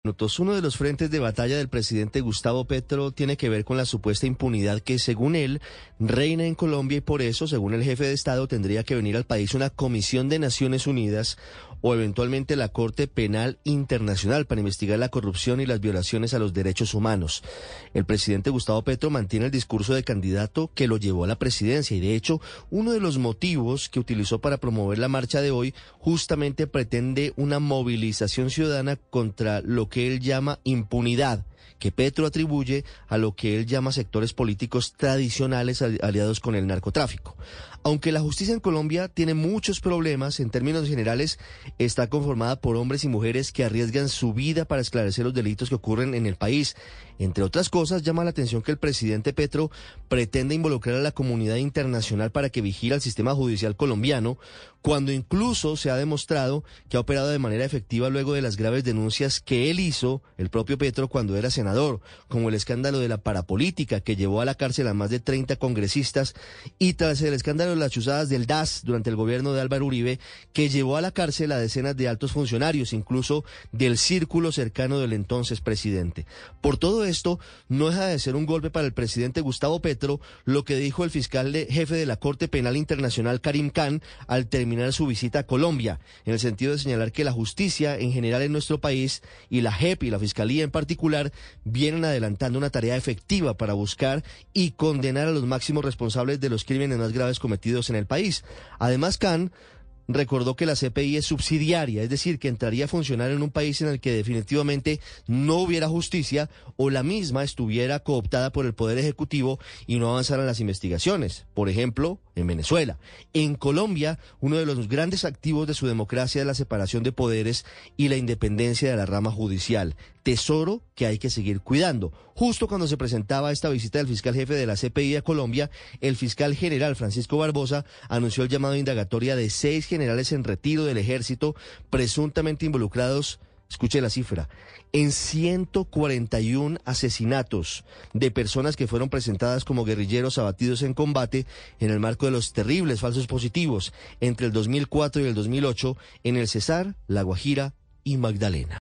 Uno de los frentes de batalla del presidente Gustavo Petro tiene que ver con la supuesta impunidad que, según él, reina en Colombia y por eso, según el jefe de Estado, tendría que venir al país una comisión de Naciones Unidas o eventualmente la Corte Penal Internacional para investigar la corrupción y las violaciones a los derechos humanos. El presidente Gustavo Petro mantiene el discurso de candidato que lo llevó a la presidencia y, de hecho, uno de los motivos que utilizó para promover la marcha de hoy justamente pretende una movilización ciudadana contra lo que él llama impunidad, que Petro atribuye a lo que él llama sectores políticos tradicionales aliados con el narcotráfico. Aunque la justicia en Colombia tiene muchos problemas, en términos generales está conformada por hombres y mujeres que arriesgan su vida para esclarecer los delitos que ocurren en el país. Entre otras cosas, llama la atención que el presidente Petro pretende involucrar a la comunidad internacional para que vigile al sistema judicial colombiano, cuando incluso se ha demostrado que ha operado de manera efectiva luego de las graves denuncias que él hizo, el propio Petro, cuando era senador, como el escándalo de la parapolítica que llevó a la cárcel a más de 30 congresistas, y tras el escándalo de las chuzadas del DAS durante el gobierno de Álvaro Uribe, que llevó a la cárcel a decenas de altos funcionarios, incluso del círculo cercano del entonces presidente. Por todo esto, no deja de ser un golpe para el presidente Gustavo Petro lo que dijo el fiscal jefe de la Corte Penal Internacional, Karim Khan, al terminar su visita a Colombia, en el sentido de señalar que la justicia en general en nuestro país y la JEP y la Fiscalía en particular vienen adelantando una tarea efectiva para buscar y condenar a los máximos responsables de los crímenes más graves cometidos en el país. Además, Khan recordó que la CPI es subsidiaria, es decir, que entraría a funcionar en un país en el que definitivamente no hubiera justicia o la misma estuviera cooptada por el Poder Ejecutivo y no avanzaran las investigaciones. Por ejemplo, en Venezuela. En Colombia, uno de los grandes activos de su democracia es la separación de poderes y la independencia de la rama judicial. Tesoro que hay que seguir cuidando. Justo cuando se presentaba esta visita del fiscal jefe de la CPI a Colombia, el fiscal general Francisco Barbosa anunció el llamado a indagatoria de 6 generales en retiro del ejército presuntamente involucrados, escuche la cifra, en 141 asesinatos de personas que fueron presentadas como guerrilleros abatidos en combate en el marco de los terribles falsos positivos entre el 2004 y el 2008 en el Cesar, La Guajira y Magdalena.